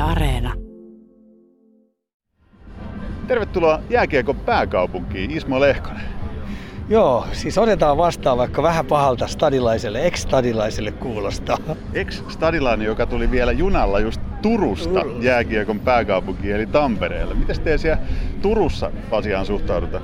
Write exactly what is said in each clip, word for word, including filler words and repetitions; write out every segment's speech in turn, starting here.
Areena. Tervetuloa jääkiekon pääkaupunkiin, Ismo Lehkonen. Joo, siis otetaan vastaan vaikka vähän pahalta stadilaiselle, ex-stadilaiselle kuulostaa. Ex-stadilainen, joka tuli vielä junalla just Turusta Turus. Jääkiekon pääkaupunkiin eli Tampereelle. Miten te siellä Turussa asiaan suhtaudutaan?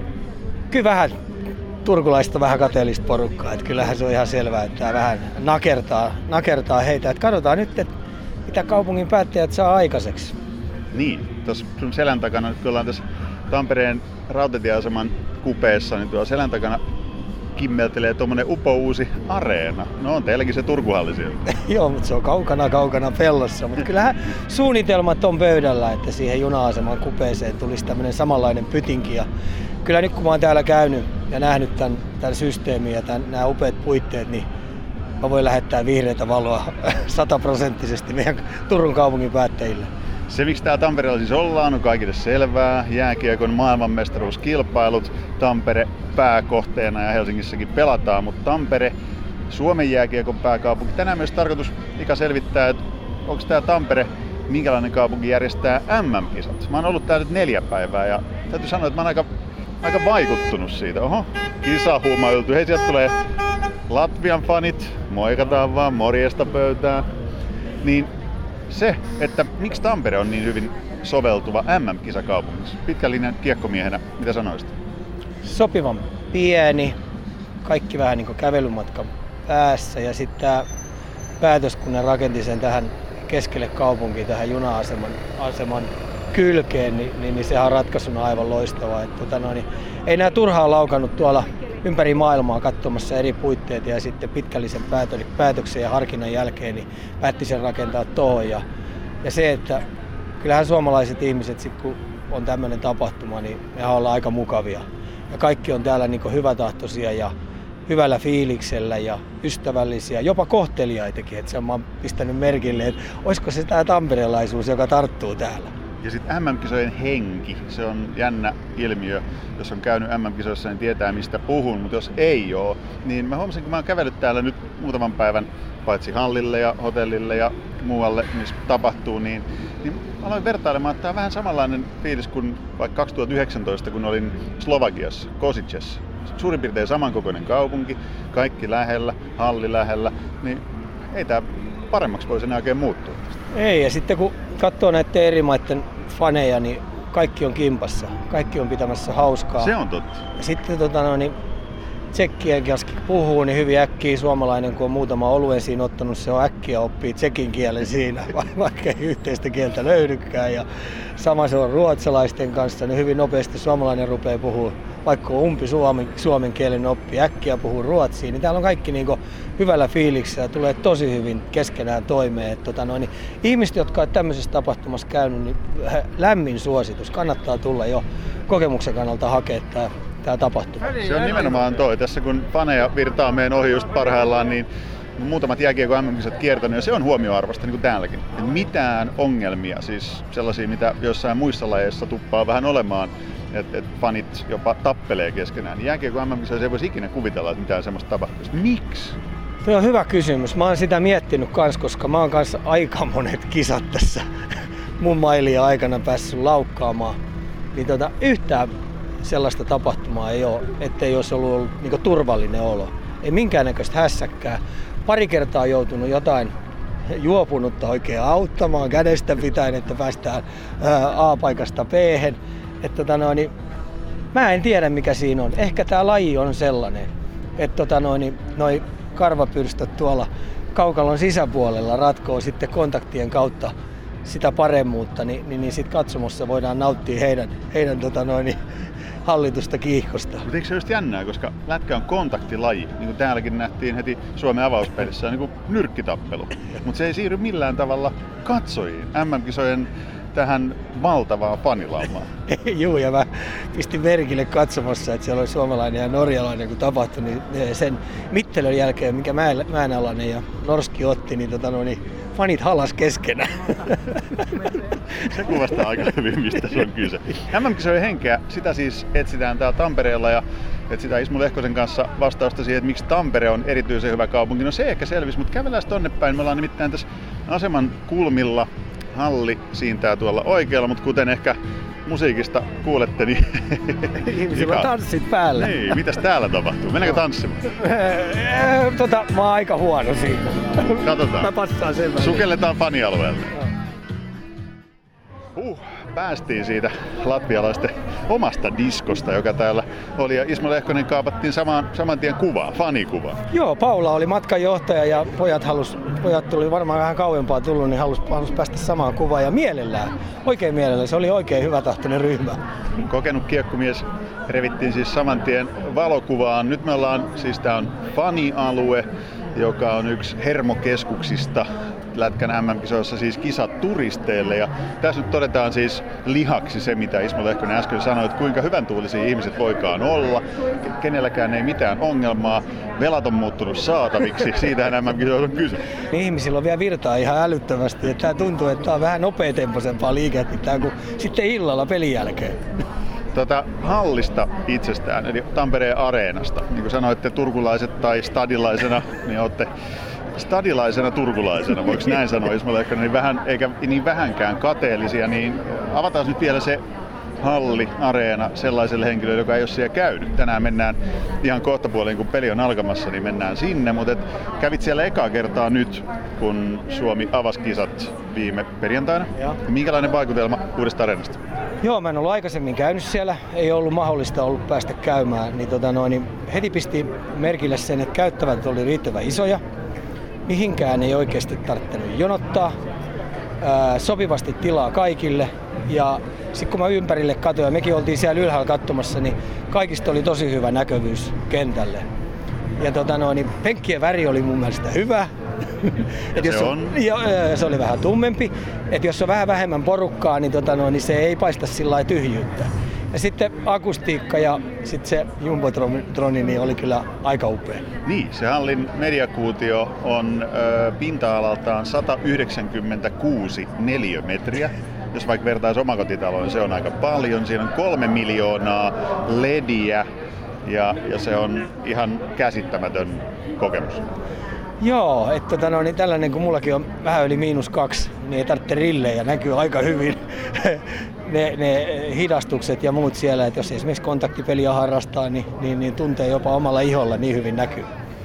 Kyllä vähän turkulaista vähän kateellista porukkaa. Että kyllähän se on ihan selvää, että tämä vähän nakertaa, nakertaa heitä. Että katsotaan nyt, että mitä kaupungin päättäjät saa aikaiseksi. Niin, tuossa sun selän takana, nyt kun ollaan tässä Tampereen rautatieaseman kupeessa, niin tuolla selän takana kimmeltelee tuommoinen upouusi areena. No on teilläkin se Turkuhalli siellä. Joo, mutta se on kaukana kaukana pellossa. Mutta kyllähän suunnitelmat on pöydällä, että siihen juna-aseman kupeeseen tulisi tämmöinen samanlainen pytinki. Ja kyllä nyt kun mä oon täällä käynyt ja nähnyt tämän, tämän systeemin ja tämän, nämä upeat puitteet, niin mä voin lähettää vihreätä valoa sataprosenttisesti meidän Turun kaupungin päättäjille. Se, miksi täällä Tampereella siis ollaan, on kaikille selvää. Jääkiekon maailmanmestaruuskilpailut, Tampere pääkohteena ja Helsingissäkin pelataan, mutta Tampere, Suomen jääkiekon pääkaupunki. Tänään myös tarkoitus Ika selvittää, että onko tää Tampere, minkälainen kaupunki järjestää M M-kisat. Mä oon ollut täällä nyt neljä päivää ja täytyy sanoa, että mä oon aika, aika vaikuttunut siitä. Oho, kisahuuma ylty. Hei, sieltä tulee Latvian fanit, moikataan vaan, morjesta pöytään. Niin se, että miksi Tampere on niin hyvin soveltuva M M-kisakaupungissa? Pitkän linjan kiekkomiehenä, mitä sanoisit? Sopivan pieni, kaikki vähän niin kuin kävelymatkan päässä ja sitten tämä päätös, kun ne rakenti sen tähän keskelle kaupunkiin, tähän juna-aseman aseman kylkeen, niin, niin, niin sehän on ratkaisuna aivan loistavaa. Että, tota noin, ei nämä turhaan laukannut tuolla ympäri maailmaa katsomassa eri puitteet ja sitten pitkällisen päätöksen ja harkinnan jälkeen niin päätti sen rakentaa tuohon. Ja, ja se, että kyllähän suomalaiset ihmiset, sit kun on tämmöinen tapahtuma, niin mehän ollaan aika mukavia. Ja kaikki on täällä niin kuin hyvätahtoisia ja hyvällä fiiliksellä ja ystävällisiä, jopa kohteliaitakin. Että sen mä oon pistänyt merkille, että olisiko se tämä tamperelaisuus, joka tarttuu täällä. Ja sitten M M-kisojen henki, se on jännä ilmiö. Jos on käynyt M M-kisoissa, niin tietää mistä puhun, mutta jos ei ole, niin mä huomasin, kun mä oon kävellyt täällä nyt muutaman päivän, paitsi hallille ja hotellille ja muualle, missä tapahtuu, niin, niin aloin vertailemaan, että tämä on vähän samanlainen fiilis kuin vaikka kaksituhattayhdeksäntoista, kun olin Slovakiassa, Kosicessa. Suurin piirtein samankokoinen kaupunki, kaikki lähellä, halli lähellä, niin ei tämä paremmaksi voisi enää oikein muuttua. Ei, ja sitten kun katsoo näiden eri maiden faneja, niin kaikki on kimpassa. Kaikki on pitämässä hauskaa. Se on totta. Ja sitten tota, no, niin, tsekkien kieltä puhuu, niin hyvin äkkiä suomalainen, kun on muutama oluen siinä ottanut, se on äkkiä oppii tsekin kielen siinä, vaikka ei yhteistä kieltä löydykään. Ja sama se on ruotsalaisten kanssa, niin hyvin nopeasti suomalainen rupeaa puhumaan, vaikka on umpi suomen, suomen kielen oppi, äkkiä puhuu ruotsia, niin täällä on kaikki niin kuin hyvällä fiiliksellä ja tulee tosi hyvin keskenään toimeen. Et, tota, no, niin, ihmiset, jotka ovat tämmöisessä tapahtumassa käynyt, niin lämmin suositus, kannattaa tulla jo kokemuksen kannalta hakea tämä. Tämä tapahtuma. Se on nimenomaan toi. Tässä kun faneja virtaa meidän ohi just parhaillaan, niin muutamat jääkiekon M M-kisat kiertänyt ja se on huomioarvosta niin kuin täälläkin. Et mitään ongelmia, siis sellaisia mitä jossain muissa lajeissa tuppaa vähän olemaan, että et fanit jopa tappelee keskenään. Niin jääkiekon M M-kisoissa ei voisi ikinä kuvitella, että mitään semmoista tapahtuisi. Miksi? Tuo on hyvä kysymys. Mä oon sitä miettinyt kans, koska mä oon kanssa aika monet kisat tässä mun mailia aikana päässyt laukkaamaan. Niin tota, yhtään sellaista tapahtumaa ei ole, ettei olisi ollut, ollut niin kuin turvallinen olo. Ei minkäännäköistä hässäkkää. Pari kertaa joutunut jotain juopunutta oikein auttamaan kädestä pitäen, että päästään ää, A-paikasta B-hen. Että, tota noin, niin, mä en tiedä mikä siinä on. Ehkä tää laji on sellainen, että tota noin, noi karvapyrstöt tuolla kaukalon sisäpuolella ratkoo sitten kontaktien kautta sitä paremmuutta, niin, niin, niin sit katsomossa voidaan nauttia heidän, heidän tota noin, hallitusta kiihkosta. Mutta eikö se just jännää, koska lätkä on kontaktilaji, niin kuin täälläkin nähtiin heti Suomen avauspelissä, niin kuin nyrkkitappelu. Mutta se ei siirry millään tavalla katsojiin M M-kisojen tähän valtavaan fanilaumaan. Juu, ja mä pistin merkille katsomassa, että siellä oli suomalainen ja norjalainen, kun tapahtui, niin sen mittelön jälkeen, mikä Mäenalainen ja Norski otti, niin, tota, no, niin fanit halas keskenään. Se kuvastaa aika hyvin, mistä se on kyse. M M-kisojen henkeä, sitä siis etsitään täällä Tampereella ja etsitään Ismo Lehkosen kanssa vastausta siihen, että miksi Tampere on erityisen hyvä kaupunki. No se ehkä selvisi, mutta kävellään tonne päin. Me ollaan nimittäin tässä aseman kulmilla halli siintää tuolla oikealla, mutta kuten ehkä musiikista kuulette, niin ihmisillä on tanssit päällä. Niin, mitäs täällä tapahtuu? Mennäänkö tanssimaan? tota, mä oon aika huono siinä. Katsotaan. Mä passaan sen väliin. Sukelletaan fanialueelle. Uh, päästiin siitä latvialaisten omasta diskosta, joka täällä oli, ja Ismo Lehkonen kaapattiin saman, saman tien kuvaa, fanikuvaa. Joo, Paula oli matkanjohtaja ja pojat, halus, pojat tuli varmaan vähän kauempaa tullut, niin halus, halus päästä samaan kuvaan ja mielellään, oikein mielellään, se oli oikein hyvätahtoinen ryhmä. Kokenut kiekkomies revittiin siis saman tien valokuvaan. Nyt me ollaan, siis tää on fanialue, joka on yksi hermokeskuksista Lätkän M M-kisoissa, siis kisat turisteille. Ja tässä nyt todetaan siis lihaksi se, mitä Ismo Lehkonen äsken sanoi, että kuinka hyvän tuulisia ihmiset voikaan olla. Kenelläkään ei mitään ongelmaa. Velat on muuttunut saataviksi. Siitähän M M-kisoissa on kyse. Niin ihmisillä on vielä virtaa ihan älyttömästi. Että tää tuntuu, että tää on vähän nopeatempoisempaa liikehdintää kuin sitten illalla pelin jälkeen. Tota, hallista itsestään, eli Tampereen Areenasta. Niin kuin sanoitte, turkulaiset tai stadilaisena, niin olette stadilaisena turkulaisena, voiko näin sanoa Ismo Lehkonen, niin vähän, eikä niin vähänkään kateellisia, niin avataan nyt vielä se halli, areena sellaiselle henkilölle, joka ei ole siellä käynyt. Tänään mennään ihan kohtapuoliin, kun peli on alkamassa, niin mennään sinne, mutta et kävit siellä ekaa kertaa nyt, kun Suomi avasi kisat viime perjantaina. Ja. Minkälainen vaikutelma uudesta areenasta? Joo, mä en ollut aikaisemmin käynyt siellä, ei ollut mahdollista ollut päästä käymään, niin, tota noin, niin heti pisti merkille sen, että käyttävät oli riittävän isoja. Mihinkään ei oikeasti tarvittanut jonottaa, ää, sopivasti tilaa kaikille, ja sitten kun mä ympärille katsoin, ja mekin oltiin siellä ylhäällä katsomassa, niin kaikista oli tosi hyvä näkyvyys kentälle. Ja tota noin, niin penkkien väri oli mun mielestä hyvä. Et jos se on, on. Ja, se oli vähän tummempi. Et jos on vähän vähemmän porukkaa, niin, tota noin, niin se ei paista sillä lailla tyhjyyttä. Ja sitten akustiikka ja sitten se jumbotroni niin oli kyllä aika upea. Niin, se hallin mediakuutio on ö, pinta-alaltaan sata yhdeksänkymmentäkuusi neliömetriä. Jos vaikka vertaisi omakotitaloon, se on aika paljon. Siinä on kolme miljoonaa lediä ja, ja se on ihan käsittämätön kokemus. Joo, että tota no, niin tällainen kun mullakin on vähän yli miinus kaksi, niin ei tarvitse rillejä, näkyy aika hyvin ne, ne hidastukset ja muut siellä. Että jos esimerkiksi kontaktipeliä harrastaa, niin, niin, niin tuntee jopa omalla iholla, niin hyvin näkyy.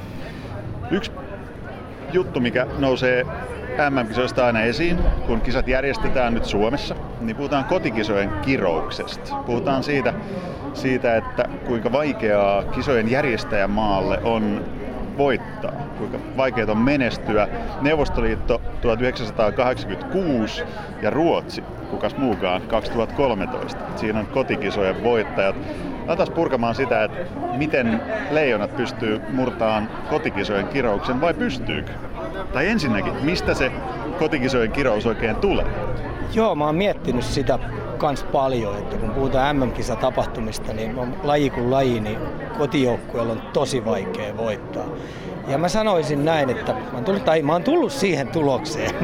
Yksi juttu, mikä nousee M M-kisoista aina esiin, kun kisat järjestetään nyt Suomessa, niin puhutaan kotikisojen kirouksesta. Puhutaan siitä, siitä, että kuinka vaikeaa kisojen järjestäjämaalle on voittaa, kuinka vaikeaa on menestyä. Neuvostoliitto tuhatyhdeksänsataakahdeksankymmentäkuusi ja Ruotsi, kukas muukaan, kaksituhattakolmetoista. Siinä on kotikisojen voittajat. Aletaan purkamaan sitä, että miten leijonat pystyy murtamaan kotikisojen kirouksen vai pystyykö? Tai ensinnäkin, mistä se kotikisojen kirous oikein tulee? Joo, mä oon miettinyt sitä kans paljon, että kun puhutaan M M-kisatapahtumista, niin laji kuin laji, niin kotijoukkueella on tosi vaikea voittaa. Ja mä sanoisin näin, että mä oon tullut, tai mä oon tullut siihen tulokseen,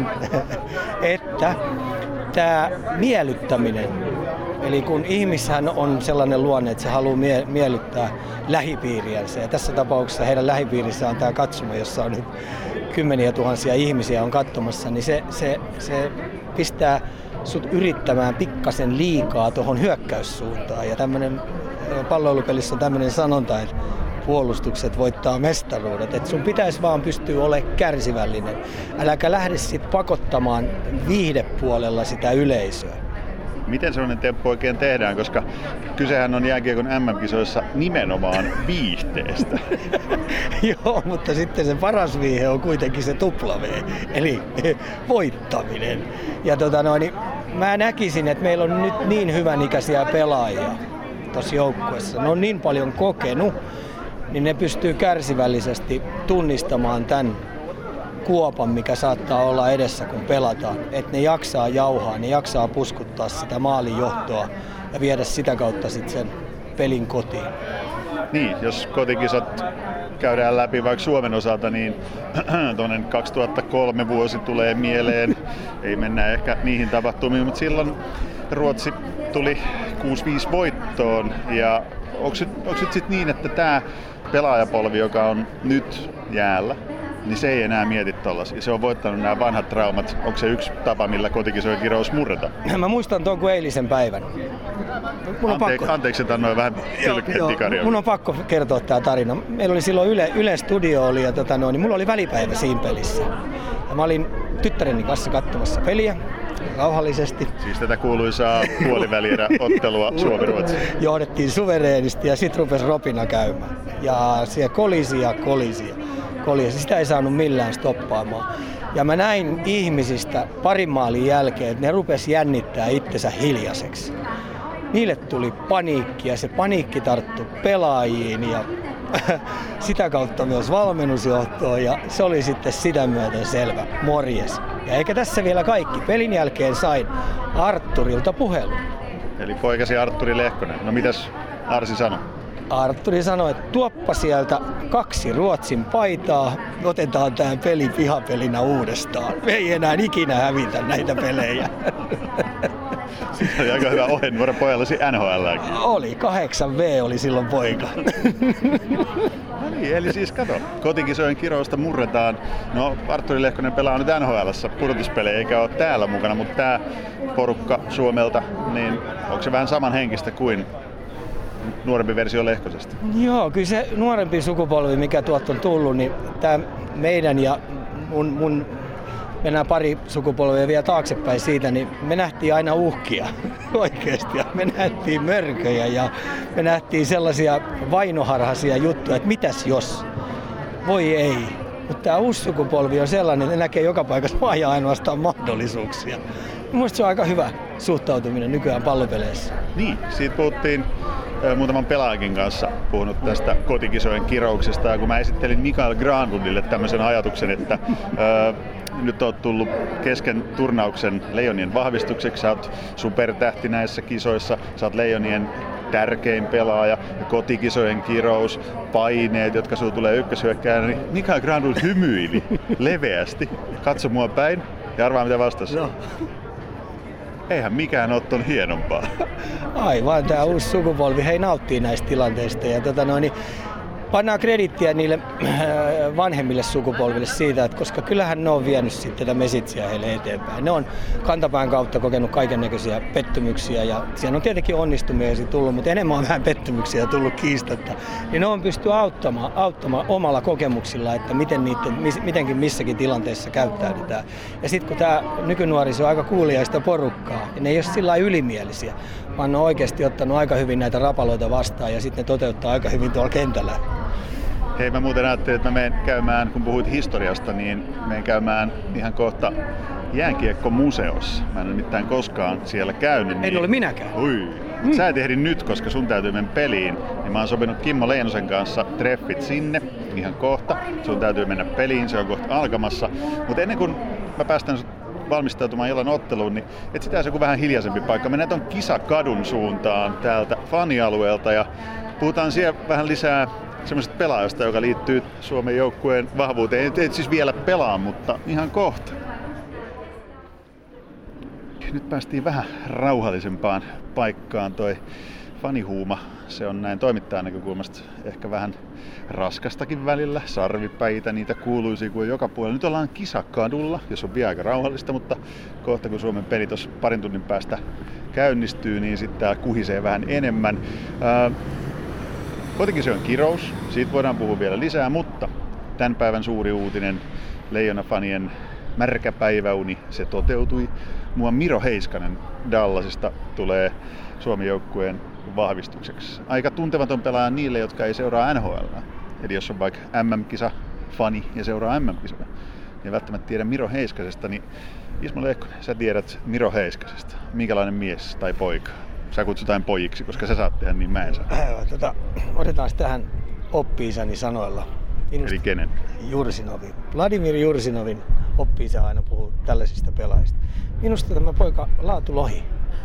että tää miellyttäminen, eli kun ihmishän on sellainen luonne, että se haluaa mie- miellyttää lähipiiriänsä, ja tässä tapauksessa heidän lähipiirissä on tää katsoma, jossa on nyt kymmeniä tuhansia ihmisiä on katsomassa, niin se, se, se pistää sut yrittämään pikkasen liikaa tuohon hyökkäyssuuntaan. Ja tämmönen palloilupelissä on tämmöinen sanonta, että puolustukset voittaa mestaruudet. Että sun pitäisi vaan pystyä olemaan kärsivällinen. Äläkä lähde sit pakottamaan viihdepuolella sitä yleisöä. Miten sellainen temppu oikein tehdään, koska kysehän on jääkiekon M M-kisoissa nimenomaan viihteestä. Joo, mutta sitten se paras viihe on kuitenkin se tupla V, eli voittaminen. Ja tota noin, niin mä näkisin, että meillä on nyt niin hyvän ikäisiä pelaajia tuossa joukkueessa. Ne on niin paljon kokenut, niin ne pystyy kärsivällisesti tunnistamaan tämän kuopan, mikä saattaa olla edessä, kun pelataan. Että ne jaksaa jauhaa, ne jaksaa puskuttaa sitä maalinjohtoa ja viedä sitä kautta sitten sen pelin kotiin. Niin, jos kotikisat käydään läpi vaikka Suomen osalta, niin tuonnen kaksituhattakolme vuosi tulee mieleen. Ei mennä ehkä niihin tapahtumiin, mutta silloin Ruotsi tuli kuusi viisi voittoon. Ja onko nyt sitten niin, että tämä pelaajapolvi, joka on nyt jäällä, niin se ei enää mieti tollasia. Se on voittanut nämä vanhat traumat. Onko se yksi tapa, millä kotikisojen kirous murretaan? Mä muistan tuon kuin eilisen päivän. Mun on Anteek, pakko... Anteeksi, että annoin vähän kylkeen. Mun on pakko kertoa tää tarina. Meillä oli silloin Yle, Yle Studio oli, ja tota no, niin mulla oli välipäivä siinä pelissä. Ja mä olin tyttäreni kanssa katsomassa peliä rauhallisesti. Siis tätä kuuluisaa puolivälierä ottelua Suomi-Ruotsi. Johdettiin suvereenisti ja sit rupesi ropina käymään. Ja siellä kolisi ja kolisi ja kolisi. Sitä ei saanut millään stoppaamaan. Ja mä näin ihmisistä parin maalin jälkeen, että ne rupesi jännittää itsensä hiljaiseksi. Niille tuli paniikki ja se paniikki tarttui pelaajiin ja sitä kautta myös valmennusjohtoon ja se oli sitten sitä myöten selvä morjes. Ja eikä tässä vielä kaikki. Pelin jälkeen sain Artturilta puhelun. Eli poikasi Artturi Lehkonen. No mitäs Arsi sanoi? Artturi sanoi, että tuoppa sieltä kaksi Ruotsin paitaa, otetaan tää peli pihapelinä uudestaan. Me ei enää ikinä hävitä näitä pelejä. Se oli aika hyvä ohjenuora pojallasi N H L:ääkin. Oli, kahdeksan V oli silloin poika. No niin, eli siis kato, kotikisojen kirousta murretaan. No, Artturi Lehkonen pelaa nyt N H L:ssä pudotuspelejä eikä ole täällä mukana, mutta tää porukka Suomelta, niin onko se vähän samanhenkistä kuin nuorempi versio Lehkosesta? Joo, kyllä se nuorempi sukupolvi, mikä tuolta on tullut, niin tää meidän ja mun, mun mennään pari sukupolvia vielä taaksepäin siitä, niin me nähtiin aina uhkia oikeasti. Ja me nähtiin mörköjä ja me nähtiin sellaisia vainoharhaisia juttuja, että mitäs jos? Voi ei. Mutta tämä uusi sukupolvi on sellainen, että ne näkee joka paikassa vain ja ainoastaan mahdollisuuksia. Mielestäni se on aika hyvä suhtautuminen nykyään pallopeleissä. Niin, siitä puhuttiin muutaman pelaajan kanssa puhunut tästä kotikisojen kirouksesta. Ja kun mä esittelin Mikael Granlundille tämmöisen ajatuksen, että ää, nyt oot tullut kesken turnauksen Leijonien vahvistukseksi, sä oot supertähti näissä kisoissa, sä oot Leijonien tärkein pelaaja, kotikisojen kirous, paineet, jotka sulla tulee ykköshyökkääjänä, niin Mikael Granlund hymyili leveästi, katso mua päin ja arvaa mitä vastasi. No. Eihän mikään ole ton hienompaa. Aivan, tää uusi sukupolvi, he nauttii näistä tilanteista ja tota noin, niin pannaan kredittiä niille vanhemmille sukupolville siitä, että koska kyllähän ne on vienyt sitten tätä mesitsiä heille eteenpäin. Ne on kantapään kautta kokenut kaikennäköisiä pettymyksiä ja siellä on tietenkin onnistumisia tullut, mutta enemmän on vähän pettymyksiä tullut kiistatta. Niin ne on pysty auttamaan, auttamaan omalla kokemuksilla, että miten niiden, mitenkin missäkin tilanteessa käyttäydytään. Ja sitten kun tämä nykynuoriso on aika kuuliaista porukkaa, niin ne ei ole sillä lailla ylimielisiä, vaan ne on oikeasti ottanut aika hyvin näitä rapaloita vastaan ja sitten ne toteuttaa aika hyvin tuolla kentällä. Hei, mä muuten ajattelin, että mä menen käymään, kun puhuit historiasta, niin menen käymään ihan kohta jääkiekkomuseossa. Mä en ole nimittäin koskaan siellä käynyt. En niin... ole minäkään. Ui. Mm. Sä et ehdi nyt, koska sun täytyy mennä peliin. Niin mä oon sopinut Kimmo Leinosen kanssa treffit sinne ihan kohta. Sun täytyy mennä peliin, se on kohta alkamassa. Mutta ennen kuin mä päästän sut valmistautumaan illan otteluun, niin etsitään se joku vähän hiljaisempi paikka. Mennään ton Kisakadun suuntaan täältä fanialueelta ja puhutaan siellä vähän lisää semmoisesta pelaajasta, joka liittyy Suomen joukkueen vahvuuteen. Ei siis vielä pelaa, mutta ihan kohta. Nyt päästiin vähän rauhallisempaan paikkaan. Toi fanihuuma, se on näin toimittajan näkökulmasta ehkä vähän raskastakin välillä. Sarvipäitä, niitä kuuluisia kuin joka puolella. Nyt ollaan Kisakadulla, jos on vielä aika rauhallista, mutta kohta kun Suomen peli tuossa parin tunnin päästä käynnistyy, niin sitten tää kuhisee vähän enemmän. Ää, Kotikisojen kirous, siitä voidaan puhua vielä lisää, mutta tämän päivän suuri uutinen, Leijona-fanien märkä päiväuni, se toteutui. Mua Miro Heiskanen Dallasista tulee Suomen joukkueen vahvistukseksi. Aika tuntematon pelaaja niille, jotka ei seuraa N H L. Eli jos on vaikka M M-kisa-fani ja seuraa M M-kisoja, niin välttämättä tiedä Miro Heiskasesta, niin Ismo Lehkonen, sä tiedät Miro Heiskasesta. Minkälainen mies tai poika? Sä kutsutaan pojiksi, koska sä saat tehdä, niin mä en saa. Tota, otetaan tähän oppi-isäni sanoilla. Minusta eli kenen? Jursinovin. Vladimir Jursinovin oppi-isä aina puhuu tällaisista pelaajista. Minusta tämä poika laatulohi.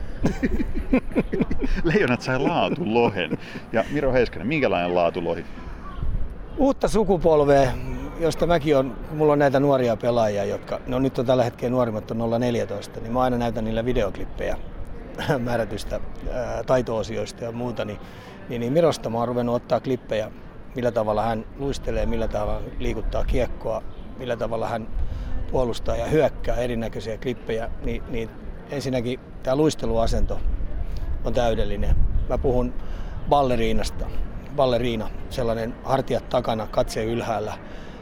Leijonat sai laatulohen. Ja Miro Heiskanen, minkälainen laatulohi? Uutta sukupolvea, josta mäkin on, kun mulla on näitä nuoria pelaajia, jotka no nyt on tällä hetkellä nuorimmat on nolla neljätoista, niin mä aina näytän niillä videoklippejä määrätystä ää, taito-osioista ja muuta, niin, niin, niin Mirosta mä oon ruvennut ottaa klippejä, millä tavalla hän luistelee, millä tavalla liikuttaa kiekkoa. millä tavalla hän puolustaa ja hyökkää erinäköisiä klippejä, niin, niin ensinnäkin tämä luisteluasento on täydellinen. Mä puhun balleriinasta. Balleriina, sellainen hartiat takana, katse ylhäällä,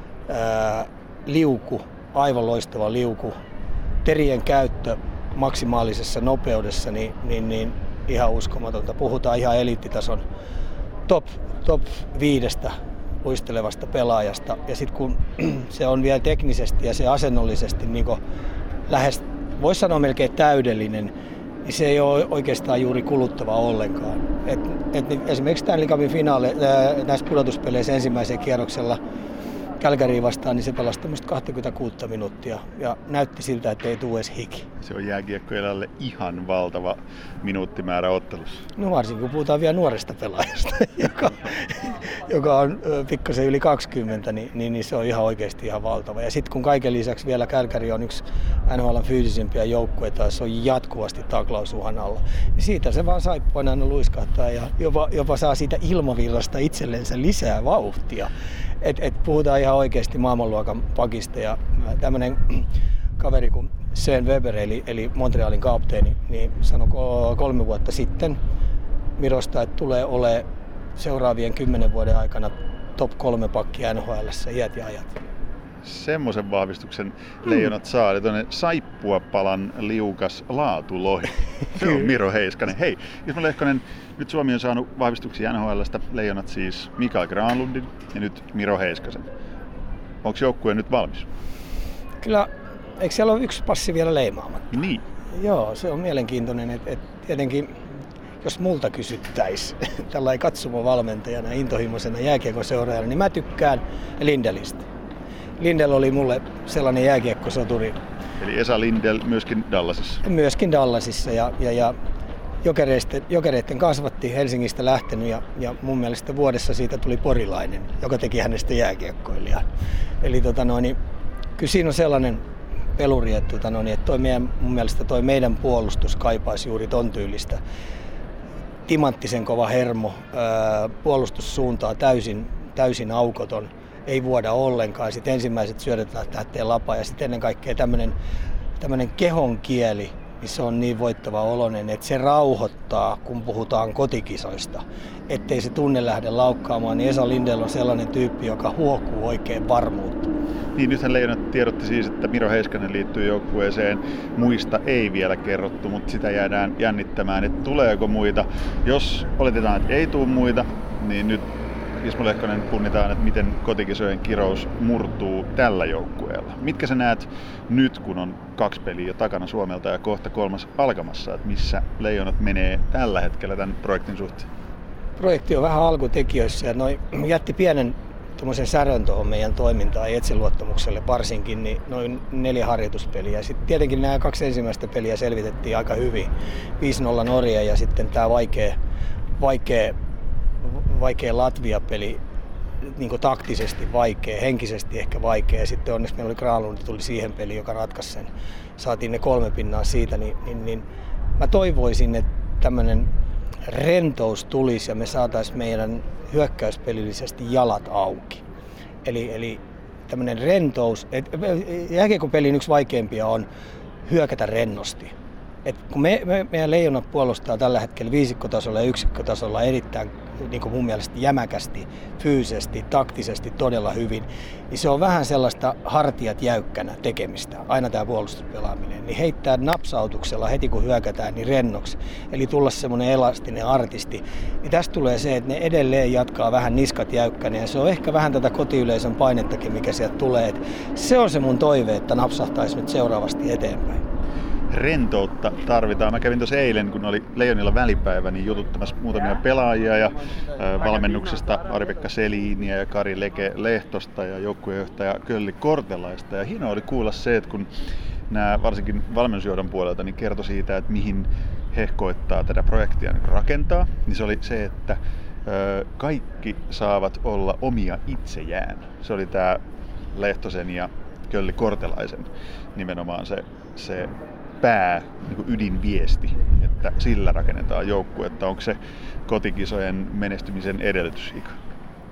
ää, liuku, aivan loistava liuku, terien käyttö maksimaalisessa nopeudessa, niin, niin, niin ihan uskomatonta. Puhutaan ihan eliittitason top, top viidestä luistelevasta pelaajasta. Ja sitten kun se on vielä teknisesti ja se asennollisesti niin lähes, voisi sanoa melkein täydellinen, niin se ei ole oikeastaan juuri kuluttava ollenkaan. Et, et esimerkiksi Stanley Cupin finaale näissä pudotuspeleissä ensimmäisellä kierroksella Calgaryin vastaan, niin se pelasi tämmöistä kaksikymmentäkuusi minuuttia ja näytti siltä, että ei tule edes hiki. Se on jääkiekkoilalle ihan valtava minuuttimäärä ottelussa. No varsinkin kun puhutaan vielä nuoresta pelaajasta, joka, joka on pikkasen yli kaksikymmentä, niin, niin, niin se on ihan oikeasti ihan valtava. Ja sitten kun kaiken lisäksi vielä Calgary on yksi N H L:n fyysisimpiä joukkueita, se on jatkuvasti taklausuhan alla, niin siitä se vaan saippua aina luiskahtaa ja jopa, jopa saa siitä ilmavirrasta itsellensä lisää vauhtia. Et, et puhutaan ihan oikeasti maailmanluokan pakista ja tämmöinen kaveri kuin Sean Weber eli, eli Montrealin kapteeni niin sanoi kolme vuotta sitten Mirosta, että tulee olemaan seuraavien kymmenen vuoden aikana top kolme pakki N H L:ssä iät ja ajat. Semmoisen vahvistuksen Leijonat saa, eli tuonne saippuapalan liukas laatulohi. Se on Miro Heiskanen. Hei, Ismo Lehkonen, nyt Suomi on saanut vahvistuksia N H L:stä. Leijonat siis Mikael Granlundin ja nyt Miro Heiskasen. Onko joukkue nyt valmis? Kyllä, eikö siellä ole yksi passi vielä leimaamatta? Niin. Joo, se on mielenkiintoinen, että et tietenkin jos multa kysyttäisiin tällainen katsomovalmentajana, intohimoisena jääkiekkoseuraajana, niin mä tykkään Lindelistä. Lindell oli mulle sellainen jääkiekkosoturi. Eli Esa Lindell myöskin Dallasissa? Myöskin Dallasissa ja, ja, ja jokereiden, jokereiden kasvatti Helsingistä lähtenyt ja, ja mun mielestä vuodessa siitä tuli porilainen, joka teki hänestä jääkiekkoilijan. Eli tota noin, kyllä siinä on sellainen peluri, että, tota noin, että toi meidän, mun mielestä toi meidän puolustus kaipaisi juuri ton tyylistä. Timanttisen kova hermo, ää, puolustussuuntaa täysin, täysin aukoton. Ei vuoda ollenkaan. Sitten ensimmäiset syödöt lähtee lapaan ja sitten ennen kaikkea tämmöinen, tämmöinen kehon kieli, niin se on niin voittava oloinen, että se rauhoittaa, kun puhutaan kotikisoista. Ettei se tunne lähde laukkaamaan, niin Esa Lindell on sellainen tyyppi, joka huokuu oikein varmuutta. Niin, nythän Leijonat tiedotti siis, että Miro Heiskanen liittyy joukkueeseen. Muista ei vielä kerrottu, mutta sitä jäädään jännittämään, että tuleeko muita. Jos oletetaan, että ei tule muita, niin nyt Ismo Lehkonen punnitaan, että miten kotikisojen kirous murtuu tällä joukkueella. Mitkä sä näet nyt, kun on kaksi peliä jo takana Suomelta ja kohta kolmas alkamassa, että missä Leijonat menee tällä hetkellä tämän projektin suhteen? Projekti on vähän alkutekijöissä ja noi jätti pienen tuommoisen särön tuohon meidän toimintaan ja itseluottamukselle varsinkin, niin noin neljä harjoituspeliä. Sitten tietenkin nämä kaksi ensimmäistä peliä selvitettiin aika hyvin. viisi nolla Norja ja sitten tämä vaikea, vaikea vaikea Latvia-peli, niin kuin taktisesti vaikea, henkisesti ehkä vaikea. Ja sitten onneksi meillä oli Granlund, tuli siihen peliin, joka ratkaisi sen. Saatiin ne kolme pinnaa siitä, niin, niin, niin mä toivoisin, että tämmöinen rentous tulisi ja me saataisiin meidän hyökkäyspelillisesti jalat auki. Eli, eli tämmöinen rentous, jääkiekkopelin yksi vaikeimpia on hyökätä rennosti. Et kun me, me, meidän Leijonat puolustaa tällä hetkellä viisikkotasolla ja yksikkötasolla erittäin niin kuin mun mielestä jämäkästi, fyysisesti, taktisesti todella hyvin, niin se on vähän sellaista hartiat jäykkänä tekemistä, aina tämä puolustuspelaaminen. Niin heittää napsautuksella heti kun hyökätään, niin rennoksi, eli tulla semmoinen elastinen artisti. Niin tästä tulee se, että ne edelleen jatkaa vähän niskat jäykkänä ja se on ehkä vähän tätä kotiyleisön painettakin, mikä sieltä tulee. Et se on se mun toive, että napsahtaisi nyt seuraavasti eteenpäin. Rentoutta tarvitaan. Mä kävin tuossa eilen, kun oli Leijonilla välipäivä, niin jututtamassa muutamia pelaajia ja äh, valmennuksesta Ari-Pekka Seliniä ja Kari Leke Lehtosta ja joukkuejohtaja Kölli Kortelaista. Ja hienoa oli kuulla se, että kun nämä varsinkin valmennusjohdon puolelta niin kertoi siitä, että mihin he koittaa tätä projektia niin rakentaa, niin se oli se, että äh, kaikki saavat olla omia itsejään. Se oli tämä Lehtosen ja Kölli Kortelaisen nimenomaan se, se pää, niin kuin ydinviesti, että sillä rakennetaan joukkuetta. Onko se kotikisojen menestymisen edellytys, Ika?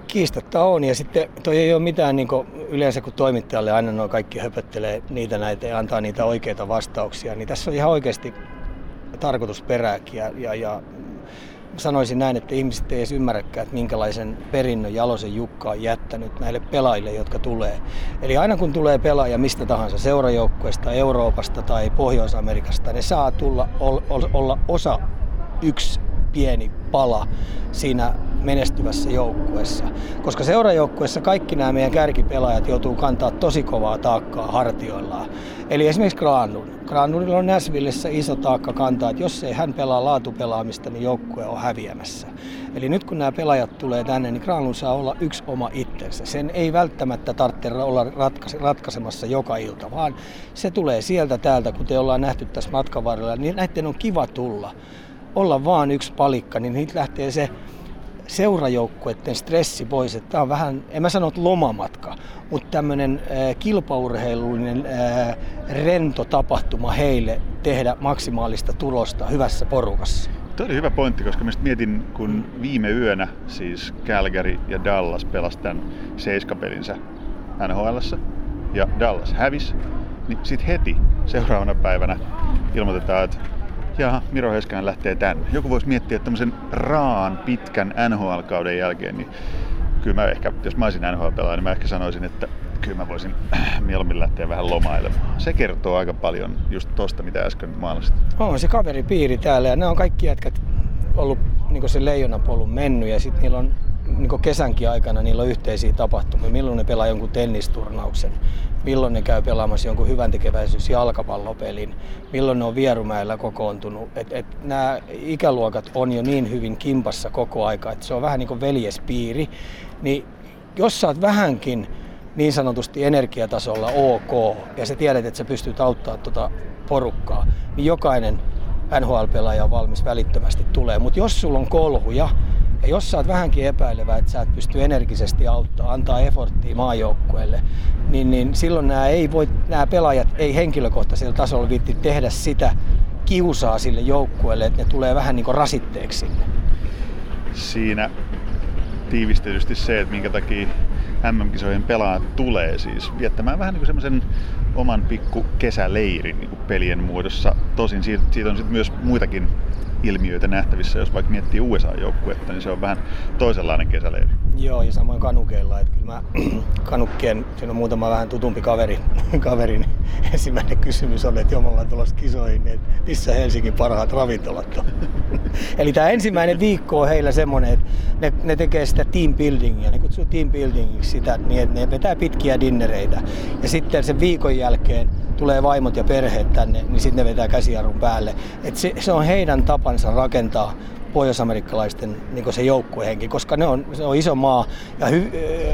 Kiistatta on, ja sitten toi ei ole mitään niin kuin yleensä kun toimittajalle aina nuo kaikki höpöttelee niitä näitä ja antaa niitä oikeita vastauksia, niin tässä on ihan oikeasti tarkoitusperääkin ja, ja, ja sanoisin näin, että ihmiset ei edes ymmärräkään, että minkälaisen perinnön Jalosen Jukka on jättänyt näille pelaajille, jotka tulee. Eli aina kun tulee pelaaja mistä tahansa seurajoukkueesta, Euroopasta tai Pohjois-Amerikasta, ne saa tulla olla osa yksi pieni pala siinä menestyvässä joukkueessa. Koska seurajoukkueessa kaikki nämä meidän kärkipelaajat joutuu kantaa tosi kovaa taakkaa hartioillaan. Eli esimerkiksi Granlund. Granlundilla on Nashvillessä iso taakka kantaa, että jos ei hän pelaa laatupelaamista, niin joukkue on häviämässä. Eli nyt kun nämä pelaajat tulee tänne, niin Granlund saa olla yksi oma itsensä. Sen ei välttämättä tarvitse olla ratkaisemassa joka ilta, vaan se tulee sieltä täältä, kuten ollaan nähty tässä matkan varrella, niin näiden on kiva tulla. Olla vaan yksi palikka, niin niitä lähtee se seurajoukkueiden stressi pois. Tämä on vähän, en mä sano, että lomamatka, mutta tämmöinen äh, kilpaurheilullinen äh, rento tapahtuma heille tehdä maksimaalista tulosta hyvässä porukassa. Tuo oli hyvä pointti, koska mä mietin, kun viime yönä siis Calgary ja Dallas pelasi tämän seiskapelinsä N H L:ssä ja Dallas hävisi, niin sitten heti seuraavana päivänä ilmoitetaan, että jaha, Miro Heiskanen lähtee tänne. Joku voisi miettiä, että tämmöisen raan pitkän N H L-kauden jälkeen, niin kyllä mä ehkä, jos mä olisin N H L-pelaaja, niin mä ehkä sanoisin, että kyllä mä voisin mieluummin lähteä vähän lomailemaan. Se kertoo aika paljon just tosta, mitä äsken maalasit. On se kaveripiiri täällä ja nämä on kaikki jätkät ollut niin se leijonapolun mennyt ja sitten niillä on niin kesänkin aikana niillä on yhteisiä tapahtumia. Milloin ne pelaa jonkun tennisturnauksen, milloin ne käy pelaamassa jonkun hyvän tekeväisyys jalkapallopelin, milloin ne on Vierumäellä kokoontunut. Et, et nämä ikäluokat on jo niin hyvin kimpassa koko aika, että se on vähän niin kuin veljespiiri. Niin jos sä oot vähänkin niin sanotusti energiatasolla ok ja sä tiedät, että sä pystyt auttamaan tuota porukkaa, niin jokainen N H L-pelaaja on valmis välittömästi tulee. Mutta jos sulla on kolhuja, ja jos sä oot vähänkin epäilevä, että sä et pysty energisesti auttaa, antaa efforttia maajoukkueelle, niin, niin silloin nämä, ei voi, nämä pelaajat ei henkilökohtaisella tasolla viitti tehdä sitä kiusaa sille joukkueelle, että ne tulee vähän niin kuin rasitteeksi sinne. Siinä tiivistetysti se, että minkä takia M M-kisoihin pelaajat tulee siis viettämään vähän niin kuin semmoisen oman pikku kesäleirin niin kuin pelien muodossa. Tosin siitä, siitä on sitten myös muitakin ilmiöitä nähtävissä, jos vaikka miettii U S A-joukkuetta, niin se on vähän toisenlainen kesäleiri. Joo, ja samoin kanukeilla, että kyllä mä kanukkien, siinä on muutama vähän tutumpi kaveri, kaverin ensimmäinen kysymys on, että joo, me ollaan tulossa kisoihin, niin että missä Helsingin parhaat ravintolat on. Eli tämä ensimmäinen viikko on heillä semmoinen, että ne, ne tekee sitä team buildingia, ne kutsuu team buildingiksi sitä, niin että ne vetää pitkiä dinnereitä. Ja sitten sen viikon jälkeen tulee vaimot ja perheet tänne, niin sitten ne vetää käsijarrun päälle. Et se, se on heidän tapansa rakentaa pohjois-amerikkalaisten niin se joukkuehenki, koska ne on, se on iso maa ja hy,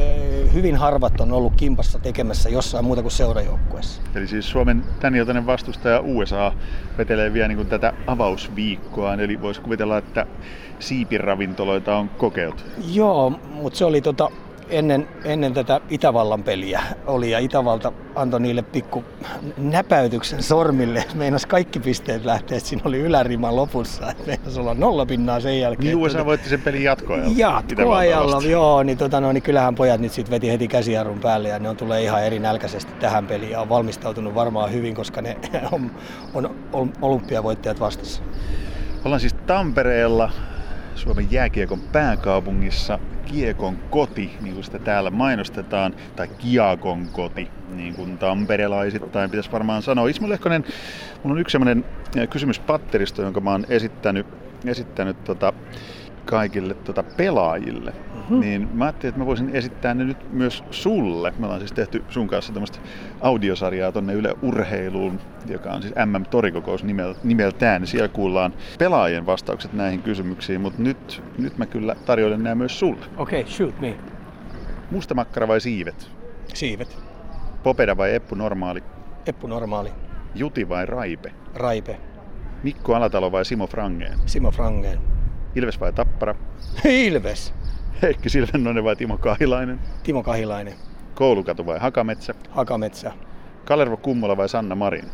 hyvin harvat on ollut kimpassa tekemässä jossain muuta kuin seurajoukkueessa. Eli siis Suomen täniltainen vastustaja U S A vetelee vielä niin kuin tätä avausviikkoa, eli voisi kuvitella, että siipiravintoloita on kokeiltu. Joo, mutta se oli tota Ennen, ennen tätä Itävallan peliä oli ja Itävalta antoi niille pikku näpäytyksen sormille. Meinas kaikki pisteet lähteä, että siinä oli ylärima lopussa. Meinas olla nolla pinnaa sen jälkeen. Niin U S A voitti sen pelin jatkoajalla. Jatkoajalla, joo. Niin, tota, no, niin kyllähän pojat nyt sit veti heti käsijarrun päälle ja ne on tulee ihan eri nälkäisesti tähän peliin ja on valmistautunut varmaan hyvin, koska ne on, on, on olympiavoittajat vastassa. Ollaan siis Tampereella, Suomen jääkiekon pääkaupungissa. Kiekon koti, niin kuin sitä täällä mainostetaan, tai Kiakon koti, niin kuin tamperelaisittain pitäisi varmaan sanoa. Ismo Lehkonen, minulla on yksi sellainen kysymyspatteristo, jonka mä oon esittänyt, esittänyt tota, kaikille tota, pelaajille. Mm-hmm. Niin mä ajattelin, että mä voisin esittää ne nyt myös sulle. Me ollaan siis tehty sun kanssa tämmöistä audiosarjaa tonne Yle Urheiluun, joka on siis M M-torikokous nimeltään. Siellä kuullaan pelaajien vastaukset näihin kysymyksiin, mutta nyt, nyt mä kyllä tarjoilen nämä myös sulle. Okei, okay, shoot me. Mustamakkara vai siivet? Siivet. Popeda vai Eppu Normaali? Eppu Normaali. Juti vai Raipe? Raipe. Mikko Alatalo vai Simo Frangeen? Simo Frangeen. Ilves vai Tappara? Ilves. Heikki Silvennoinen vai Timo Kahilainen? Timo Kahilainen. Koulukatu vai Hakametsä? Hakametsä. Kalervo Kummola vai Sanna Marin?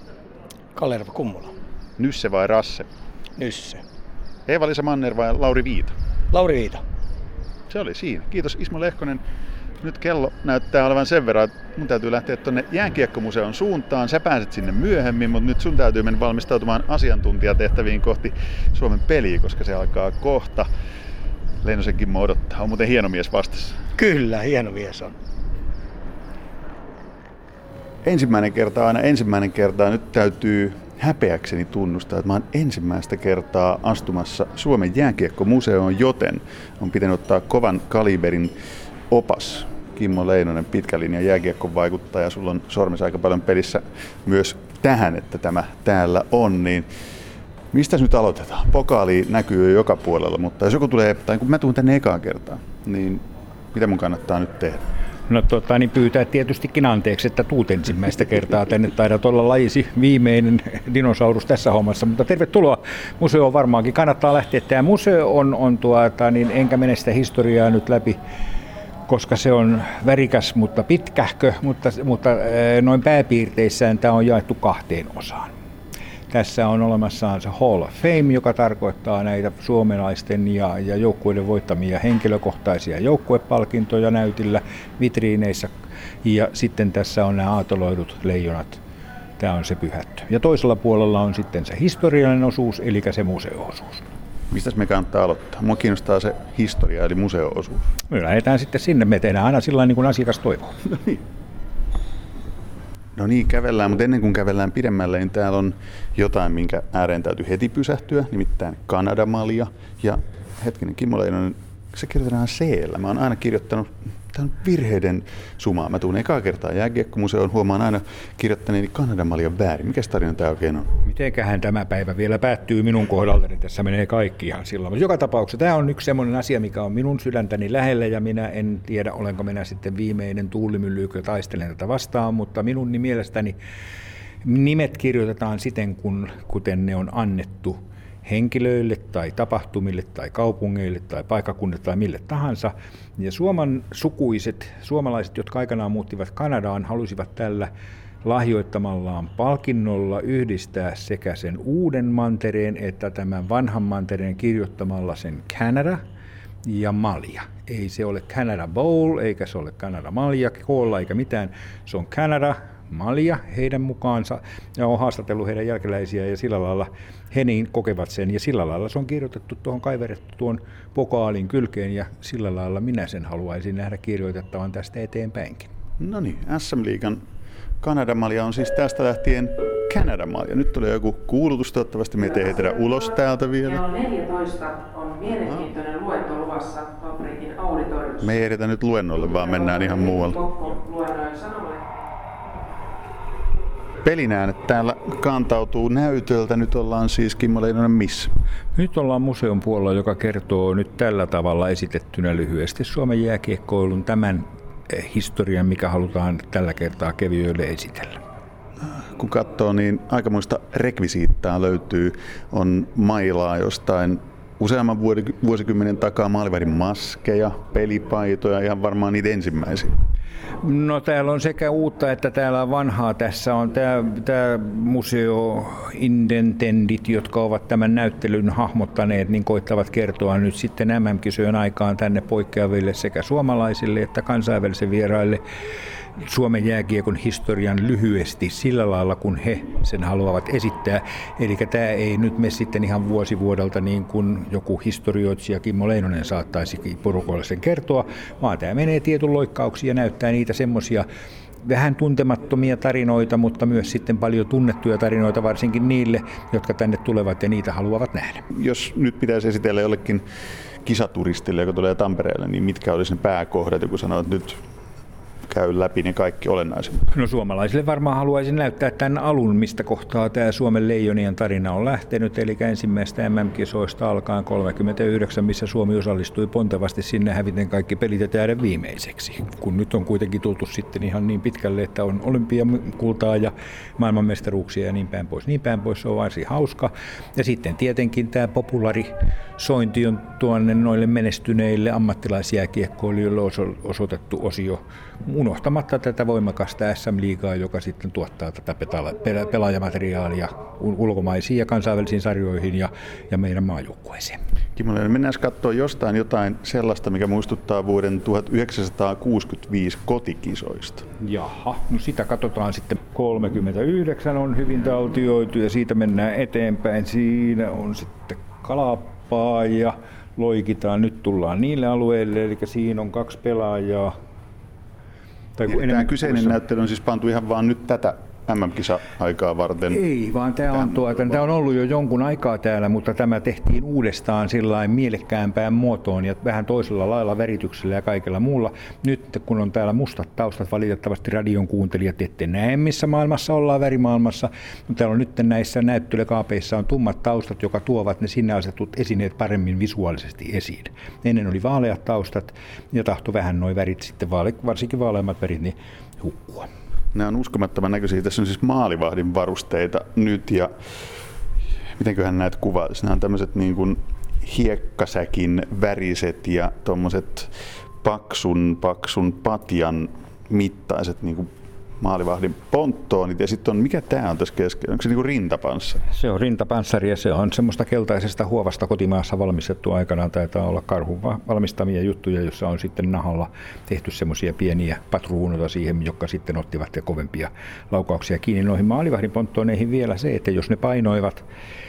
Kalervo Kummola. Nysse vai Rasse? Nysse. Eeva-Liisa Manner vai Lauri Viita? Lauri Viita. Se oli siinä. Kiitos Ismo Lehkonen. Nyt kello näyttää olevan sen verran, että mun täytyy lähteä tuonne jääkiekkomuseon suuntaan. Sä pääset sinne myöhemmin, mutta nyt sun täytyy mennä valmistautumaan asiantuntijatehtäviin kohti Suomen peliä, koska se alkaa kohta. Leinosen Kimmo odottaa. On muuten hieno mies vastassa. Kyllä, hieno mies on. Ensimmäinen kerta aina ensimmäinen kerta. Nyt täytyy häpeäkseni tunnustaa, että mä oon ensimmäistä kertaa astumassa Suomen jääkiekkomuseoon, joten on pitänyt ottaa kovan kaliberin opas. Kimmo Leinonen, pitkä linja jääkiekkon vaikuttaja. Sulla on sormessa aika paljon pelissä myös tähän, että tämä täällä on. Niin mistä nyt aloitetaan? Pokaali näkyy jo joka puolella, mutta jos joku tulee, tai kun mä tuun tänne ekaa kertaa, niin mitä mun kannattaa nyt tehdä? No tota, niin pyytää tietystikin anteeksi, että tuut ensimmäistä kertaa tänne. Taidat olla lajisi viimeinen dinosaurus tässä hommassa, mutta tervetuloa museoon varmaankin. Kannattaa lähteä. Tämä museo on, on tuota, niin enkä mene sitä historiaa nyt läpi, koska se on värikäs, mutta pitkähkö, mutta, mutta noin pääpiirteissään tämä on jaettu kahteen osaan. Tässä on olemassaan se Hall of Fame, joka tarkoittaa näitä suomalaisten ja, ja joukkueiden voittamia henkilökohtaisia joukkuepalkintoja näytillä, vitriineissä. Ja sitten tässä on nämä aatoloidut leijonat. Tämä on se pyhättö. Ja toisella puolella on sitten se historiallinen osuus, eli se museo-osuus. Mistäs me kannattaa aloittaa? Mua kiinnostaa se historia, eli museo-osuus. Me lähdetään sitten sinne. Me tehdään aina sillä tavalla, niin kuin asiakas toivoo. No niin. No niin, kävellään, mutta ennen kuin kävellään pidemmälle, niin täällä on jotain, minkä ääreen täytyy heti pysähtyä, nimittäin Kanadamalja. Ja hetkinen, Kimmo Leinonen, se kirjoitetaan C-llä. Mä oon aina kirjoittanut, tää on virheiden sumaa. Mä tuun ekaa kertaa jääkiekkomuseoon, huomaan aina kirjoittaneeni Kanadamaljan väärin. Mikäs tarina tää oikein on? Mitenköhän tämä päivä vielä päättyy minun kohdallani, niin tässä menee kaikki ihan silloin. Mutta joka tapauksessa tämä on yksi semmoinen asia, mikä on minun sydäntäni lähellä, ja minä en tiedä, olenko minä sitten viimeinen tuulimylly, joka taistelen tätä vastaan, mutta minun mielestäni nimet kirjoitetaan siten, kun, kuten ne on annettu henkilöille tai tapahtumille tai kaupungeille tai paikkakunnille tai mille tahansa. Ja Suomen sukuiset, suomalaiset, jotka aikanaan muuttivat Kanadaan, halusivat tällä lahjoittamallaan palkinnolla yhdistää sekä sen uuden mantereen että tämän vanhan mantereen kirjoittamalla sen Canada ja Malja. Ei se ole Canada Bowl, eikä se ole Canada Malja koolla eikä mitään. Se on Canada Malja heidän mukaansa, ja on haastatellut heidän jälkeläisiä, ja sillä lailla he niin kokevat sen, ja sillä lailla se on kirjoitettu tuohon, kaiverrettu tuon pokaalin kylkeen, ja sillä lailla minä sen haluaisin nähdä kirjoitettavan tästä eteenpäinkin. No niin, S M-liigan Kanadamalja on siis tästä lähtien Canadamalja. Nyt tulee joku kuulutus, toivottavasti me ei tehdä ulos täältä vielä. Kello neljätoista on mielenkiintoinen luento luvassa Fabrikin auditoriossa. Me ei edetä nyt luennolle, vaan mennään ihan muualle. Pelin äänet täällä kantautuu näytöltä. Nyt ollaan siis, Kimmo Leinonen, missä? Nyt ollaan museon puolella, joka kertoo nyt tällä tavalla esitettynä lyhyesti Suomen jääkiekkoilun tämän historian, mikä halutaan tällä kertaa kevijöille esitellä. Kun katsoo, niin aikamoista rekvisiittaa löytyy. On mailaa jostain useamman vuosikymmenen takaa, maalivahdin maskeja, pelipaitoja, ihan varmaan niitä ensimmäisiä. No täällä on sekä uutta että täällä on vanhaa. Tässä on tämä, tämä museo indentendit, jotka ovat tämän näyttelyn hahmottaneet, niin koittavat kertoa nyt sitten M M-kisojen aikaan tänne poikkeaville sekä suomalaisille että kansainvälisille vieraille Suomen jääkiekon historian lyhyesti sillä lailla, kun he sen haluavat esittää. Eli tämä ei nyt mene sitten ihan vuosi vuodelta niin kuin joku historioitsija Kimmo Leinonen saattaisi porukoille sen kertoa, vaan tämä menee tietyn loikkauksiin ja näyttää niitä semmoisia vähän tuntemattomia tarinoita, mutta myös sitten paljon tunnettuja tarinoita, varsinkin niille, jotka tänne tulevat ja niitä haluavat nähdä. Jos nyt pitäisi esitellä jollekin kisaturistille, joka tulee Tampereelle, niin mitkä olisi ne pääkohdat, kun sanoo, että nyt käy läpi ne kaikki olennaisimmat? No suomalaisille varmaan haluaisin näyttää tämän alun, mistä kohtaa tämä Suomen leijonien tarina on lähtenyt, eli ensimmäistä M M-kisoista alkaen kolmekymmentäyhdeksän, missä Suomi osallistui pontevasti sinne häviten kaikki pelit ja jäädä viimeiseksi. Kun nyt on kuitenkin tultu sitten ihan niin pitkälle, että on olympiakultaa ja maailmanmestaruuksia ja niin päin pois. Niin päin pois, se on varsin hauska. Ja sitten tietenkin tämä popularisointi on tuonne noille menestyneille ammattilaisjääkiekkoilijoille osoitettu osio. unohtamatta tätä voimakasta S M-liigaa, joka sitten tuottaa tätä pela- pelaajamateriaalia ulkomaisiin ja kansainvälisiin sarjoihin ja, ja meidän maajoukkueeseen. Kimmo Leinonen, mennään katsoa jostain jotain sellaista, mikä muistuttaa vuoden tuhatyhdeksänsataakuusikymmentäviisi kotikisoista. Jaha, no sitä katsotaan sitten. kolmekymmentäyhdeksän on hyvin taltioitu ja siitä mennään eteenpäin. Siinä on sitten Kalapaa ja loikitaan. Nyt tullaan niille alueille, eli siinä on kaksi pelaajaa. Tai tämä kyseinen on... näyttely on siis pantu ihan vaan nyt tätä M M-kisa-aikaa varten. Ei, vaan tämä on, tuota, tämä on ollut jo jonkun aikaa täällä, mutta tämä tehtiin uudestaan sillain mielekkäämpään muotoon ja vähän toisella lailla värityksellä ja kaikella muulla. Nyt kun on täällä mustat taustat, valitettavasti radion kuuntelijat ette näe, missä maailmassa ollaan värimaailmassa, mutta täällä on nyt näissä näyttelykaapeissa on tummat taustat, jotka tuovat ne sinne asetut esineet paremmin visuaalisesti esiin. Ennen oli vaaleat taustat ja tahtoi vähän nuo värit sitten, varsinkin vaaleammat värit, niin hukkua. Nämä on uskomattoman näköisiä. Tässä on siis maalivahdin varusteita nyt ja mitenköhän näet kuvailisi? Nämä on tämmöiset niin kuin hiekkasäkin väriset ja tuommoiset paksun, paksun patjan mittaiset niin kuin maalivahdin ponttoonit. Ja sitten on, mikä tämä on tässä keskellä? Onko se niin kuin rintapanssari? Se on rintapanssari ja se on semmoista keltaisesta huovasta kotimaassa valmistettu aikanaan. Taitaa olla Karhun valmistamia juttuja, jossa on sitten nahalla tehty semmoisia pieniä patruunoita siihen, jotka sitten ottivat ja kovempia laukauksia kiinni. Noihin maalivahdin ponttooneihin vielä se, että jos ne painoivat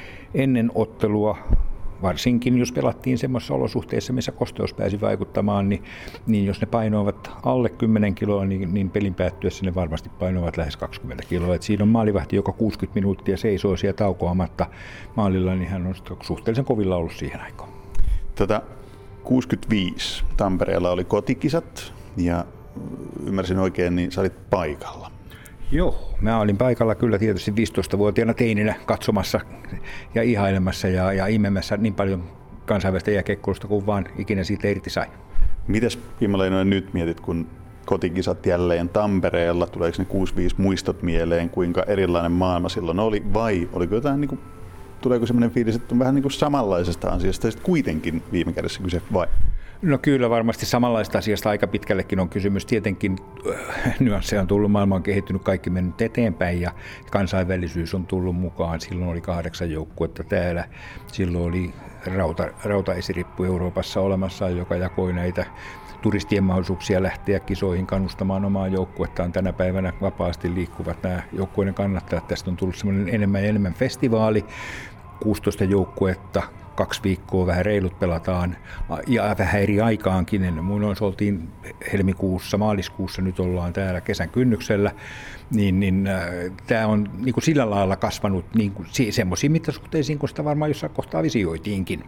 ennen ottelua, varsinkin jos pelattiin semmoisissa olosuhteissa, missä kosteus pääsi vaikuttamaan, niin, niin jos ne painoivat alle kymmenen kiloa, niin, niin pelin päättyessä ne varmasti painoivat lähes kaksikymmentä kiloa. Et siinä on maalivahti, joka kuusikymmentä minuuttia seisoo siellä taukoamatta maalilla, niin hän on suhteellisen kovilla ollut siihen aikaan. Tätä kuusikymmentäviisi Tampereella oli kotikisat ja ymmärsin oikein, niin sä olit paikalla. Joo, mä olin paikalla kyllä tietysti viisitoistavuotiaana teininä katsomassa ja ihailemassa ja, ja imemässä niin paljon kansainvälistä jääkiekkoilusta kuin vaan ikinä siitä irti sai. Mites Kimmo Leinonen nyt mietit, kun kotikisat jälleen Tampereella, tuleeko ne kuusikymmentäviisi muistot mieleen, kuinka erilainen maailma silloin oli, vai oliko jotain, niin kuin, tuleeko sellainen fiilis, että on vähän niin kuin samanlaisesta asiasta ja sitten kuitenkin viime kädessä kyse vai? No kyllä varmasti samanlaista asiasta aika pitkällekin on kysymys. Tietenkin nyansseja on tullut, maailma on kehittynyt, kaikki mennyt eteenpäin ja kansainvälisyys on tullut mukaan. Silloin oli kahdeksan joukkuetta täällä, silloin oli rauta, rautaesirippu Euroopassa olemassa, joka jakoi näitä turistien mahdollisuuksia lähteä kisoihin kannustamaan omaa joukkuettaan. Tänä päivänä vapaasti liikkuvat nämä joukkueiden kannattajat. Tästä on tullut semmoinen enemmän ja enemmän festivaali, kuusitoista joukkuetta. Kaksi viikkoa vähän reilut pelataan ja vähän eri aikaankin. Ennen muinoin oltiin helmikuussa, maaliskuussa, nyt ollaan täällä kesän kynnyksellä. Niin, niin, äh, tämä on niin kuin sillä lailla kasvanut niin kuin, semmoisiin mittasuhteisiin, kun sitä varmaan jossain kohtaa visioitiinkin.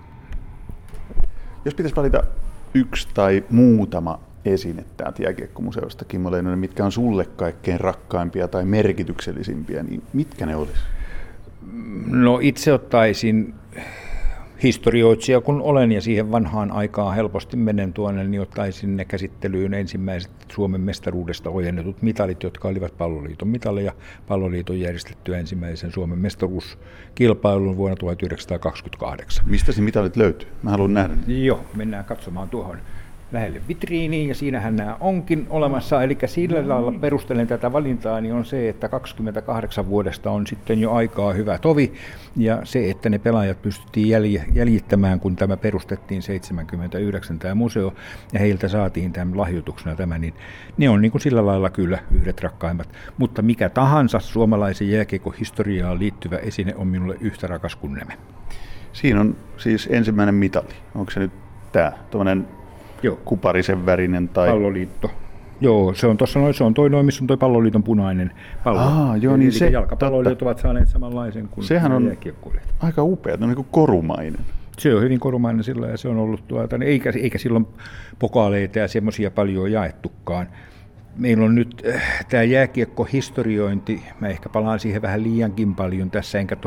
Jos pitäisi valita yksi tai muutama esine täältä jääkiekkomuseosta, Kimmo Leinonen, mitkä on sulle kaikkein rakkaimpia tai merkityksellisimpiä, niin mitkä ne olisi? No itse ottaisin historioitsija kun olen ja siihen vanhaan aikaan helposti menen tuonne, niin ottaisin ne käsittelyyn ensimmäiset Suomen mestaruudesta ojennetut mitalit, jotka olivat Palloliiton mitaleja. Palloliiton järjestettyä ensimmäisen Suomen mestaruuskilpailun vuonna tuhatyhdeksänsataakaksikymmentäkahdeksan. Mistä se mitalit löytyy? Mä haluan nähdä. Joo, mennään katsomaan tuohon lähelle vitriiniin ja siinähän nämä onkin olemassa. Eli sillä lailla perustelen tätä valintaa, niin on se, että kaksikymmentäkahdeksan vuodesta on sitten jo aikaa hyvä tovi. Ja se, että ne pelaajat pystyttiin jäljittämään, kun tämä perustettiin seitsemänkymmentäyhdeksän tämä museo, ja heiltä saatiin tämän lahjoituksena tämä, niin ne on niin kuin sillä lailla kyllä yhdet rakkaimmat. Mutta mikä tahansa suomalaisen jääkiekon historiaan liittyvä esine on minulle yhtä rakas kuin nämä. Siinä on siis ensimmäinen mitali. Onko se nyt tämä? Tuollainen Joo. kuparisen värinen tai Palloliitto. Joo, se on tuossa noin, se on toi noin, missä on toi Palloliiton punainen pallo. Aa, joo, niin eli se jalkapalloilijat ovat saaneet samanlaisen kuin sehän on jääkiekkoilijat. Aika upea, on niin kuin korumainen. Se on hyvin korumainen sillä ja se on ollut tuota, eikä, eikä silloin pokaaleita ja semmoisia paljon jaettukaan. Meillä on nyt äh, tämä jääkiekkohistoriointi, mä ehkä palaan siihen vähän liiankin paljon tässä, enkä toivo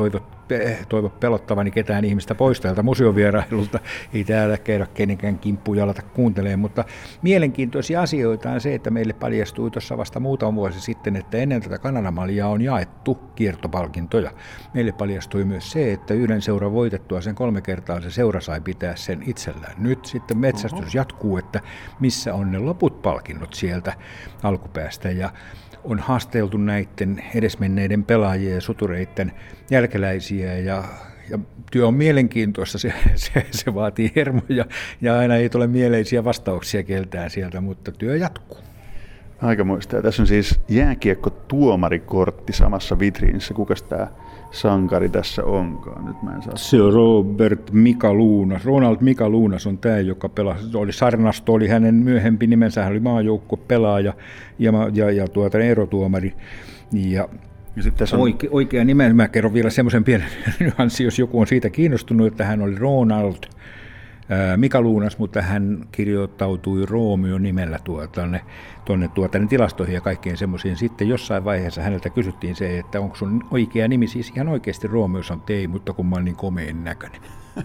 toivo pelottavani ketään ihmistä pois täältä museovierailulta. Ei täällä käydä kenenkään kimppujalata kuuntelemaan, mutta mielenkiintoisia asioita on se, että meille paljastui tuossa vasta muutama vuosi sitten, että ennen tätä Kanadamaljaa on jaettu kiertopalkintoja. Meille paljastui myös se, että yhden seuran voitettua sen kolme kertaa se seura sai pitää sen itsellään. Nyt sitten metsästys Oho. jatkuu, että missä on ne loput palkinnot sieltä alkupäästä, ja on haasteltu näiden edesmenneiden pelaajien ja sutureiden jälkeläisiä, ja, ja työ on mielenkiintoista, se, se, se vaatii hermoja, ja aina ei tule mieleisiä vastauksia keltään sieltä, mutta työ jatkuu. Aikamoista. Tässä on siis jääkiekko-tuomarikortti samassa vitriinissä. Kukas tämä sankari tässä onkaan? Nyt mä en saa. Se on Robert Mika Luunas. Ronald Mika Luunas on tämä, joka pelasi. Oli Sarnasto, oli hänen myöhempi nimensä. Hän oli maajoukkuepelaaja ja, ja, ja tuota, erotuomari. Ja Ja sitten on Oike, oikea nimen, mä kerron vielä semmoisen pienen nyanssin, jos joku on siitä kiinnostunut, että hän oli Ronald ää, Mika Luunas, mutta hän kirjoittautui Roomio nimellä tuonne tuonne tuota, tilastoihin ja kaikkeen semmoisiin. Sitten jossain vaiheessa häneltä kysyttiin se, että onko sun oikea nimi siis ihan oikeasti Roomio, sanoi, ei, mutta kun mä oon niin komeen näköinen.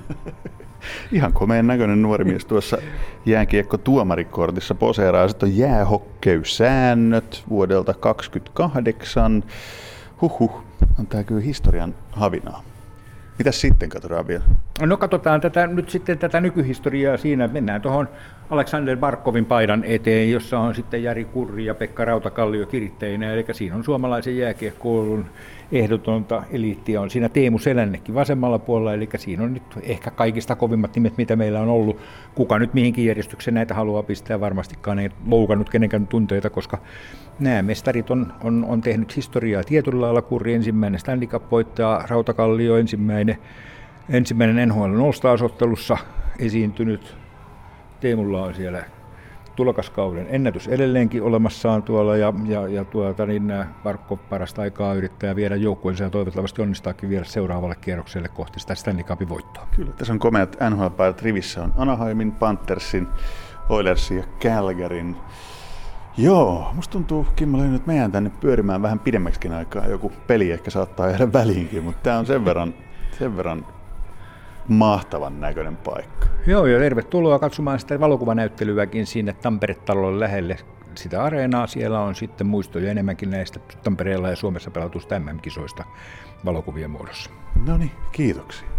Ihan komeen näköinen nuori mies tuossa jääkiekko-tuomarikortissa poseeraa. Sitten on jäähokkeysäännöt vuodelta kaksikymmentäkahdeksan. Huhhuh, on tää kyllä historian havinaa. Mitäs sitten katsotaan vielä? No katsotaan tätä, nyt sitten tätä nykyhistoriaa siinä. Mennään tuohon Aleksander Barkovin paidan eteen, jossa on sitten Jari Kurri ja Pekka Rautakallio kiritteinä. Eli siinä on suomalaisen jääkiekkoilun ehdotonta eliittiä. On siinä Teemu Selännekin vasemmalla puolella, eli siinä on nyt ehkä kaikista kovimmat nimet, mitä meillä on ollut. Kuka nyt mihinkin järjestykseen näitä haluaa pistää, varmastikaan ei loukannut kenenkään tunteita, koska nämä mestarit on, on, on tehnyt historiaa tietyllä lailla. Kurri ensimmäinen Stanley Cup-voittaja, Rautakallio ensimmäinen, ensimmäinen N H L All-Stars-ottelussa esiintynyt. Teemulla on siellä tulokaskauden ennätys edelleenkin olemassaan tuolla, ja, ja, ja tuota, niin Barkov parasta aikaa yrittää viedä joukkueensa ja toivottavasti onnistaakin vielä seuraavalle kierrokselle kohti sitä Stanley Cupin voittoa. Kyllä, tässä on komeat N H L-paidat rivissä, on Anaheimin, Panthersin, Oilersin ja Calgaryn. Joo, musta tuntuu, Kimmo Leino, että meidän tänne pyörimään vähän pidemmäksikin aikaa. Joku peli ehkä saattaa jäädä väliinkin, mutta tää on sen verran, sen verran mahtavan näköinen paikka. Joo, ja tervetuloa katsomaan sitä valokuvanäyttelyäkin sinne Tampere-talon lähelle sitä areenaa. Siellä on sitten muistoja enemmänkin näistä Tampereella ja Suomessa pelatuista M M-kisoista valokuvien muodossa. No niin, kiitoksia.